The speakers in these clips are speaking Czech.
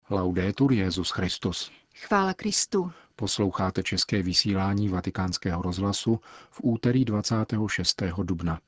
Laudetur Jesus Christus. Chvála Kristu. Posloucháte české vysílání Vatikánského rozhlasu v úterý 26. dubna.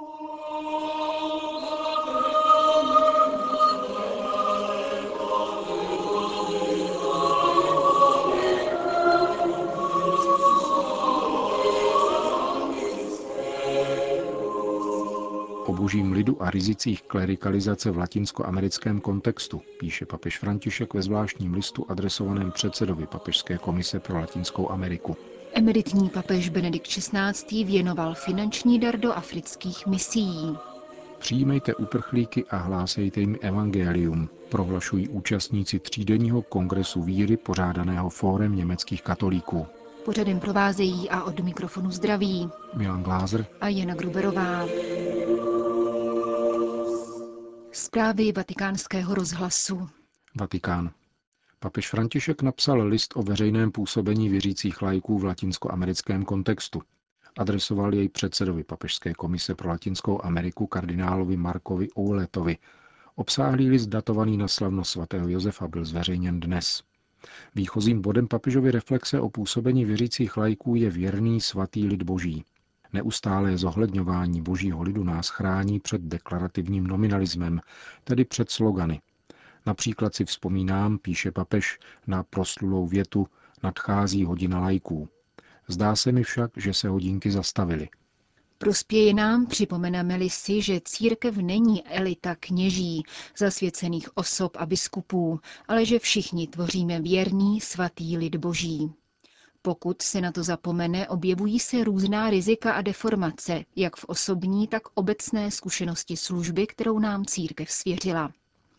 O božím lidu a rizicích klerikalizace v latinskoamerickém kontextu píše papež František ve zvláštním listu adresovaném předsedovi Papežské komise pro Latinskou Ameriku. Emeritní papež Benedikt XVI. Věnoval finanční dar do afrických misií. Přijmejte uprchlíky a hlásejte jim evangelium, prohlašují účastníci třídenního kongresu víry pořádaného Fórem německých katolíků. Pořadem provázejí a od mikrofonu zdraví Milan Glázer a Jana Gruberová. Zprávy Vatikánského rozhlasu. Vatikán. Papež František napsal list o veřejném působení věřících laiků v latinskoamerickém kontextu. Adresoval jej předsedovi Papežské komise pro Latinskou Ameriku kardinálovi Markovi Ouletovi. Obsáhlý list datovaný na slavnost svatého Josefa byl zveřejněn dnes. Výchozím bodem papežovy reflexe o působení věřících laiků je věrný svatý lid boží. Neustálé zohledňování božího lidu nás chrání před deklarativním nominalismem, tedy před slogany. Například si vzpomínám, píše papež, na proslulou větu nadchází hodina laiků. Zdá se mi však, že se hodinky zastavily. Prospěje nám, připomeneme-li si, že církev není elita kněží, zasvěcených osob a biskupů, ale že všichni tvoříme věrný svatý lid boží. Pokud se na to zapomene, objevují se různá rizika a deformace, jak v osobní, tak obecné zkušenosti služby, kterou nám církev svěřila.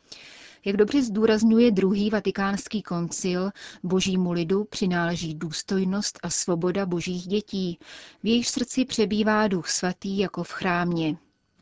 Jak dobře zdůrazňuje druhý vatikánský koncil, božímu lidu přináleží důstojnost a svoboda božích dětí, v jejich srdci přebývá duch svatý jako v chrámě.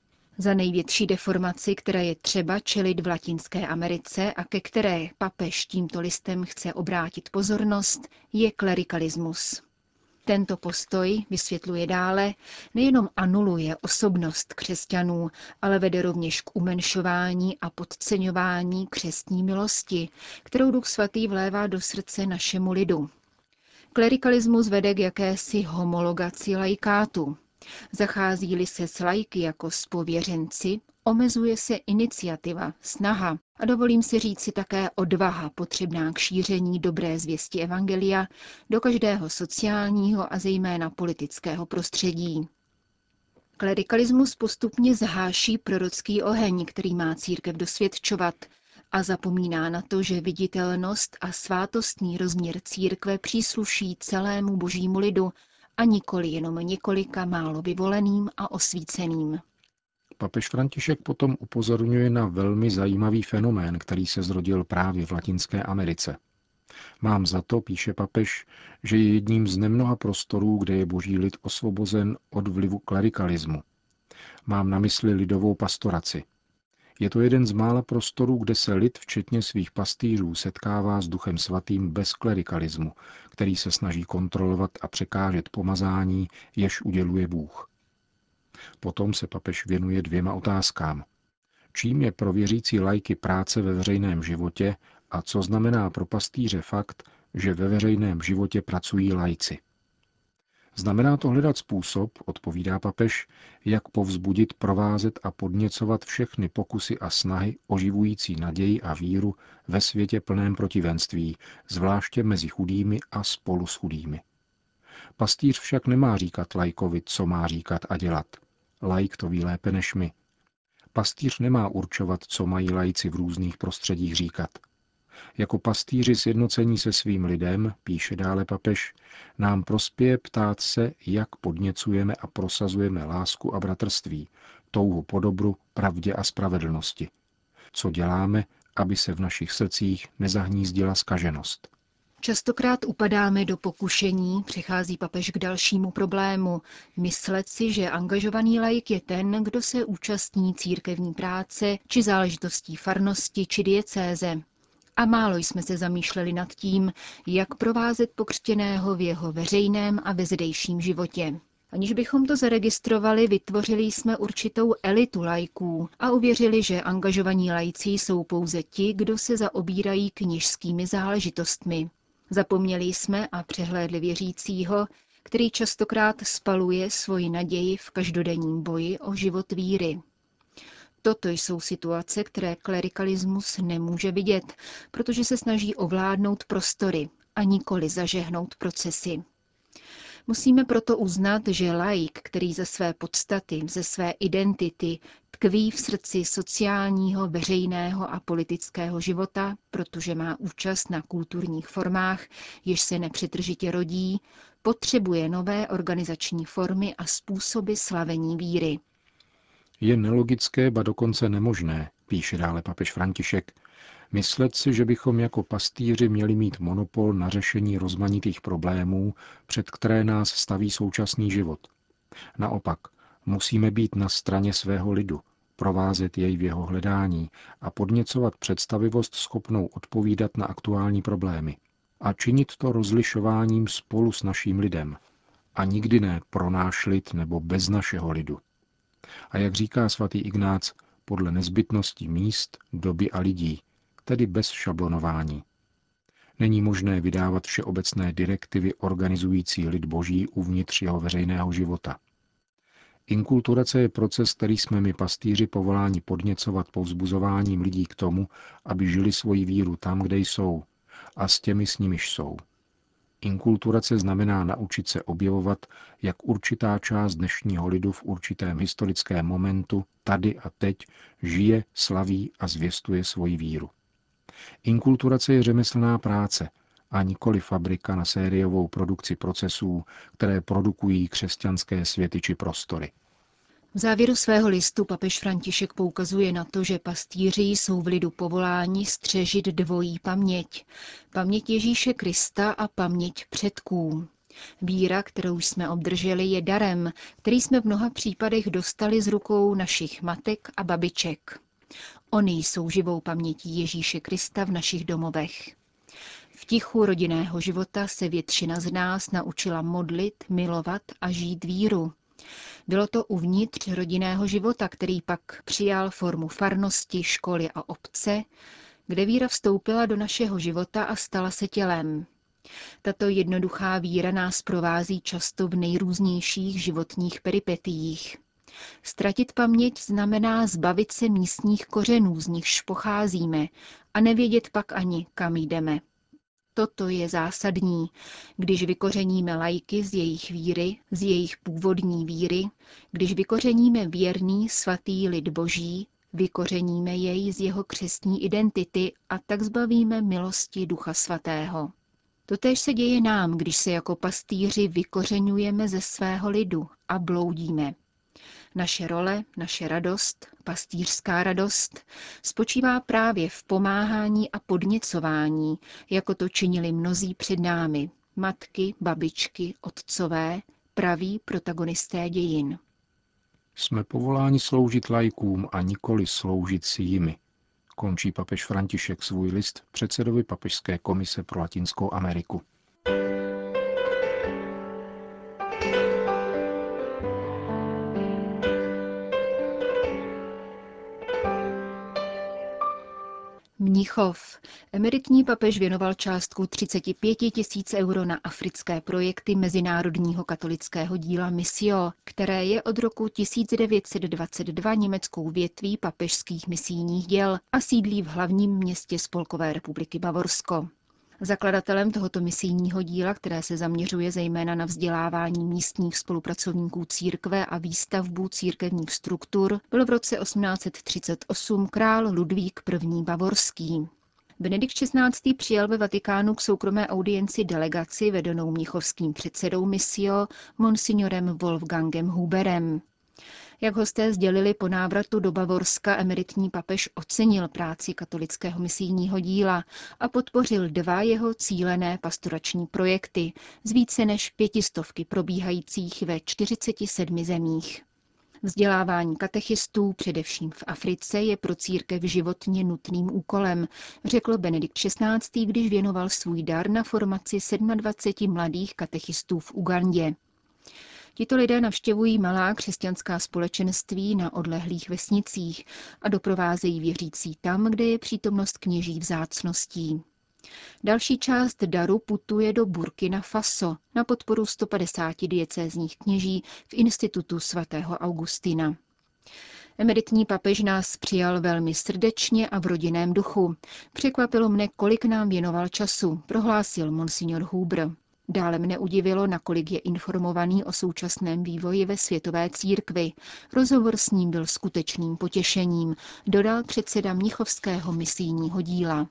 Za největší deformaci, které je třeba čelit v Latinské Americe a ke které papež tímto listem chce obrátit pozornost, je klerikalismus. Tento postoj, vysvětluje dále, nejenom anuluje osobnost křesťanů, ale vede rovněž k umenšování a podceňování křestní milosti, kterou Duch Svatý vlévá do srdce našemu lidu. Klerikalismus vede k jakési homologaci laikátu. Zachází-li se s laiky jako s pověřenci, omezuje se iniciativa, snaha a dovolím si říci také odvaha potřebná k šíření dobré zvěsti evangelia do každého sociálního a zejména politického prostředí. Klerikalismus postupně zháší prorocký oheň, který má církev dosvědčovat, a zapomíná na to, že viditelnost a svátostný rozměr církve přísluší celému božímu lidu a nikoli jenom několika málo vyvoleným a osvíceným. Papež František potom upozorňuje na velmi zajímavý fenomén, který se zrodil právě v Latinské Americe. Mám za to, píše papež, že je jedním z nemnoha prostorů, kde je boží lid osvobozen od vlivu klerikalismu. Mám na mysli lidovou pastoraci. Je to jeden z mála prostorů, kde se lid, včetně svých pastýřů, setkává s Duchem Svatým bez klerikalismu, který se snaží kontrolovat a překážet pomazání, jež uděluje Bůh. Potom se papež věnuje dvěma otázkám. Čím je pro věřící laiky práce ve veřejném životě a co znamená pro pastýře fakt, že ve veřejném životě pracují laici. Znamená to hledat způsob, odpovídá papež, jak povzbudit, provázet a podněcovat všechny pokusy a snahy oživující naději a víru ve světě plném protivenství, zvláště mezi chudými a spolu s chudými. Pastýř však nemá říkat laikovi, co má říkat a dělat. Laik to ví lépe než my. Pastýř nemá určovat, co mají laici v různých prostředích říkat. Jako pastýři sjednocení se svým lidem, píše dále papež, nám prospěje ptát se, jak podněcujeme a prosazujeme lásku a bratrství, touhu po dobru, pravdě a spravedlnosti. Co děláme, aby se v našich srdcích nezahnízdila zkaženost. Častokrát upadáme do pokušení, přechází papež k dalšímu problému, myslet si, že angažovaný laik je ten, kdo se účastní církevní práce či záležitostí farnosti či diecéze. A málo jsme se zamýšleli nad tím, jak provázet pokřtěného v jeho veřejném a vezdejším životě. Aniž bychom to zaregistrovali, vytvořili jsme určitou elitu laiků a uvěřili, že angažovaní laici jsou pouze ti, kdo se zaobírají kněžskými záležitostmi. Zapomněli jsme a přehlédli věřícího, který častokrát spaluje svoji naději v každodenním boji o život víry. Toto jsou situace, které klerikalismus nemůže vidět, protože se snaží ovládnout prostory a nikoli zažehnout procesy. Musíme proto uznat, že laik, který ze své podstaty, ze své identity tkví v srdci sociálního, veřejného a politického života, protože má účast na kulturních formách, jež se nepřetržitě rodí, potřebuje nové organizační formy a způsoby slavení víry. Je nelogické, ba dokonce nemožné, píše dále papež František, myslet si, že bychom jako pastýři měli mít monopol na řešení rozmanitých problémů, před které nás staví současný život. Naopak, musíme být na straně svého lidu, provázet jej v jeho hledání a podněcovat představivost schopnou odpovídat na aktuální problémy. A činit to rozlišováním spolu s naším lidem. A nikdy ne pro náš lid nebo bez našeho lidu. A jak říká svatý Ignác, podle nezbytnosti míst, doby a lidí, tedy bez šablonování. Není možné vydávat všeobecné direktivy organizující lid boží uvnitř jeho veřejného života. Inkulturace je proces, který jsme my pastýři povoláni podněcovat povzbuzováním lidí k tomu, aby žili svoji víru tam, kde jsou, a s těmi, s nimiž jsou. Inkulturace znamená naučit se objevovat, jak určitá část dnešního lidu v určitém historickém momentu, tady a teď, žije, slaví a zvěstuje svoji víru. Inkulturace je řemeslná práce a nikoli fabrika na sériovou produkci procesů, které produkují křesťanské světy či prostory. V závěru svého listu papež František poukazuje na to, že pastýři jsou v lidu povoláni střežit dvojí paměť. Paměť Ježíše Krista a paměť předků. Víra, kterou jsme obdrželi, je darem, který jsme v mnoha případech dostali z rukou našich matek a babiček. Oni jsou živou pamětí Ježíše Krista v našich domovech. V tichu rodinného života se většina z nás naučila modlit, milovat a žít víru. Bylo to uvnitř rodinného života, který pak přijal formu farnosti, školy a obce, kde víra vstoupila do našeho života a stala se tělem. Tato jednoduchá víra nás provází často v nejrůznějších životních peripetiích. Ztratit paměť znamená zbavit se místních kořenů, z nichž pocházíme, a nevědět pak ani, kam jdeme. Toto je zásadní, když vykořeníme laiky z jejich víry, z jejich původní víry, když vykořeníme věrný svatý lid boží, vykořeníme jej z jeho křestní identity a tak zbavíme milosti Ducha Svatého. Totéž se děje nám, když se jako pastýři vykořeňujeme ze svého lidu a bloudíme. Naše role, naše radost, pastýřská radost, spočívá právě v pomáhání a podněcování, jako to činili mnozí před námi, matky, babičky, otcové, praví protagonisté dějin. Jsme povoláni sloužit laikům a nikoli sloužit si jimi, končí papež František svůj list předsedovi Papežské komise pro Latinskou Ameriku. Mnichov. Emeritní papež věnoval částku 35 000 euro na africké projekty mezinárodního katolického díla Missio, které je od roku 1922 německou větví papežských misijních děl a sídlí v hlavním městě Spolkové republiky Bavorsko. Zakladatelem tohoto misijního díla, které se zaměřuje zejména na vzdělávání místních spolupracovníků církve a výstavbu církevních struktur, byl v roce 1838 král Ludvík I. Bavorský. Benedikt XVI. Přijal ve Vatikánu k soukromé audienci delegaci vedenou mnichovským předsedou Missio, monsignorem Wolfgangem Huberem. Jak hosté sdělili po návratu do Bavorska, emeritní papež ocenil práci katolického misijního díla a podpořil 2 jeho cílené pastorační projekty z více než 500 probíhajících ve 47 zemích. Vzdělávání katechistů, především v Africe, je pro církev životně nutným úkolem, řekl Benedikt XVI., když věnoval svůj dar na formaci 27 mladých katechistů v Ugandě. Tito lidé navštěvují malá křesťanská společenství na odlehlých vesnicích a doprovázejí věřící tam, kde je přítomnost kněží vzácností. Další část daru putuje do Burkina Faso na podporu 150 diecézních kněží v institutu svatého Augustina. Emeritní papež nás přijal velmi srdečně a v rodinném duchu. Překvapilo mne, kolik nám věnoval času, prohlásil monsignor Huber. Dále mne udivilo, nakolik je informovaný o současném vývoji ve světové církvi. Rozhovor s ním byl skutečným potěšením, dodal předseda mnichovského misijního díla.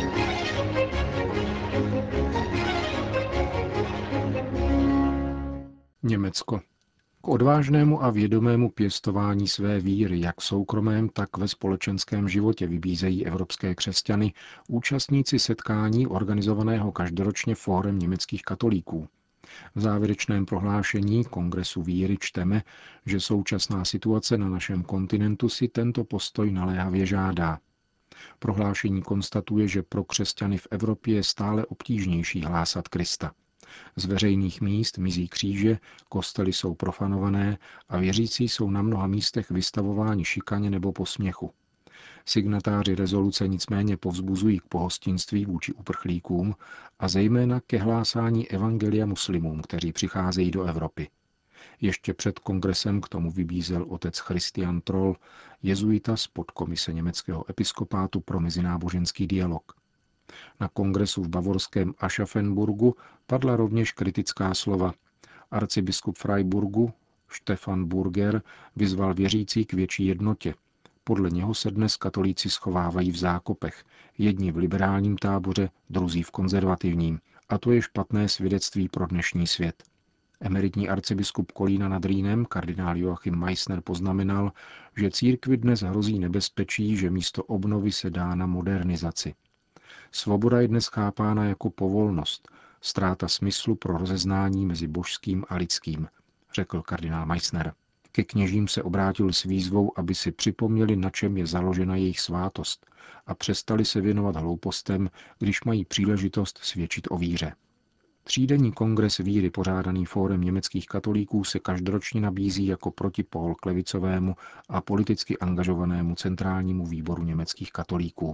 Německo. K odvážnému a vědomému pěstování své víry, jak v soukromém, tak ve společenském životě vybízejí evropské křesťany účastníci setkání organizovaného každoročně Fórem německých katolíků. V závěrečném prohlášení Kongresu víry čteme, že současná situace na našem kontinentu si tento postoj naléhavě žádá. Prohlášení konstatuje, že pro křesťany v Evropě je stále obtížnější hlásat Krista. Z veřejných míst mizí kříže, kostely jsou profanované a věřící jsou na mnoha místech vystavováni šikaně nebo posměchu. Signatáři rezoluce nicméně povzbuzují k pohostinství vůči uprchlíkům a zejména ke hlásání evangelia muslimům, kteří přicházejí do Evropy. Ještě před kongresem k tomu vybízel otec Christian Troll, jezuita z podkomise německého episkopátu pro mezináboženský dialog. Na kongresu v bavorském Aschaffenburgu padla rovněž kritická slova. Arcibiskup Freiburgu Stefan Burger vyzval věřící k větší jednotě. Podle něho se dnes katolíci schovávají v zákopech, jedni v liberálním táboře, druzí v konzervativním, a to je špatné svědectví pro dnešní svět. Emeritní arcibiskup Kolína nad Rýnem, kardinál Joachim Meissner, poznamenal, že církvi dnes hrozí nebezpečí, že místo obnovy se dá na modernizaci. Svoboda je dnes chápána jako povolnost, ztráta smyslu pro rozeznání mezi božským a lidským, řekl kardinál Meissner. Ke kněžím se obrátil s výzvou, aby si připomněli, na čem je založena jejich svátost a přestali se věnovat hloupostem, když mají příležitost svědčit o víře. Třídenní kongres víry pořádaný Fórem německých katolíků se každoročně nabízí jako protipól k levicovému a politicky angažovanému centrálnímu výboru německých katolíků.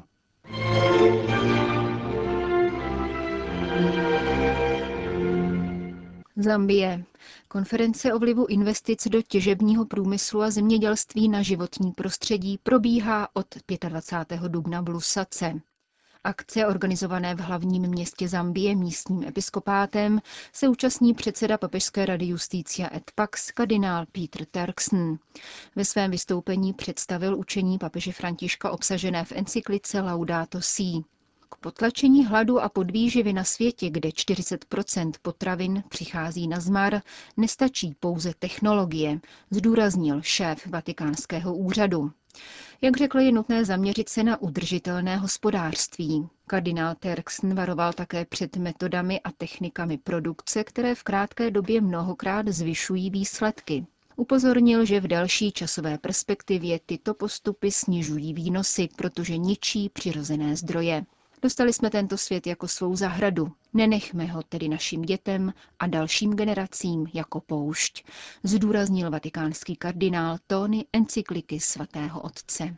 Zambie. Konference o vlivu investic do těžebního průmyslu a zemědělství na životní prostředí probíhá od 25. dubna v Lusace. Akce organizované v hlavním městě Zambie místním episkopátem se účastní předseda Papežské rady Justitia et Pax kardinál Peter Turkson. Ve svém vystoupení představil učení papeže Františka obsažené v encyklice Laudato Si. K potlačení hladu a podvýživy na světě, kde 40% potravin přichází na zmar, nestačí pouze technologie, zdůraznil šéf Vatikánského úřadu. Jak řekl, je nutné zaměřit se na udržitelné hospodářství. Kardinál Turkson varoval také před metodami a technikami produkce, které v krátké době mnohokrát zvyšují výsledky. Upozornil, že v delší časové perspektivě tyto postupy snižují výnosy, protože ničí přirozené zdroje. Dostali jsme tento svět jako svou zahradu. Nenechme ho tedy našim dětem a dalším generacím jako poušť, zdůraznil vatikánský kardinál tóny encykliky svatého otce.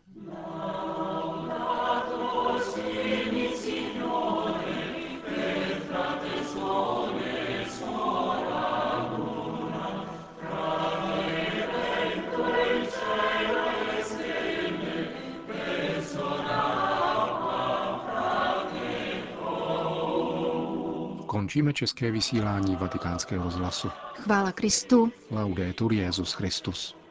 Končíme české vysílání Vatikánského rozhlasu. Chvála Kristu. Laudetur Jesus Christus.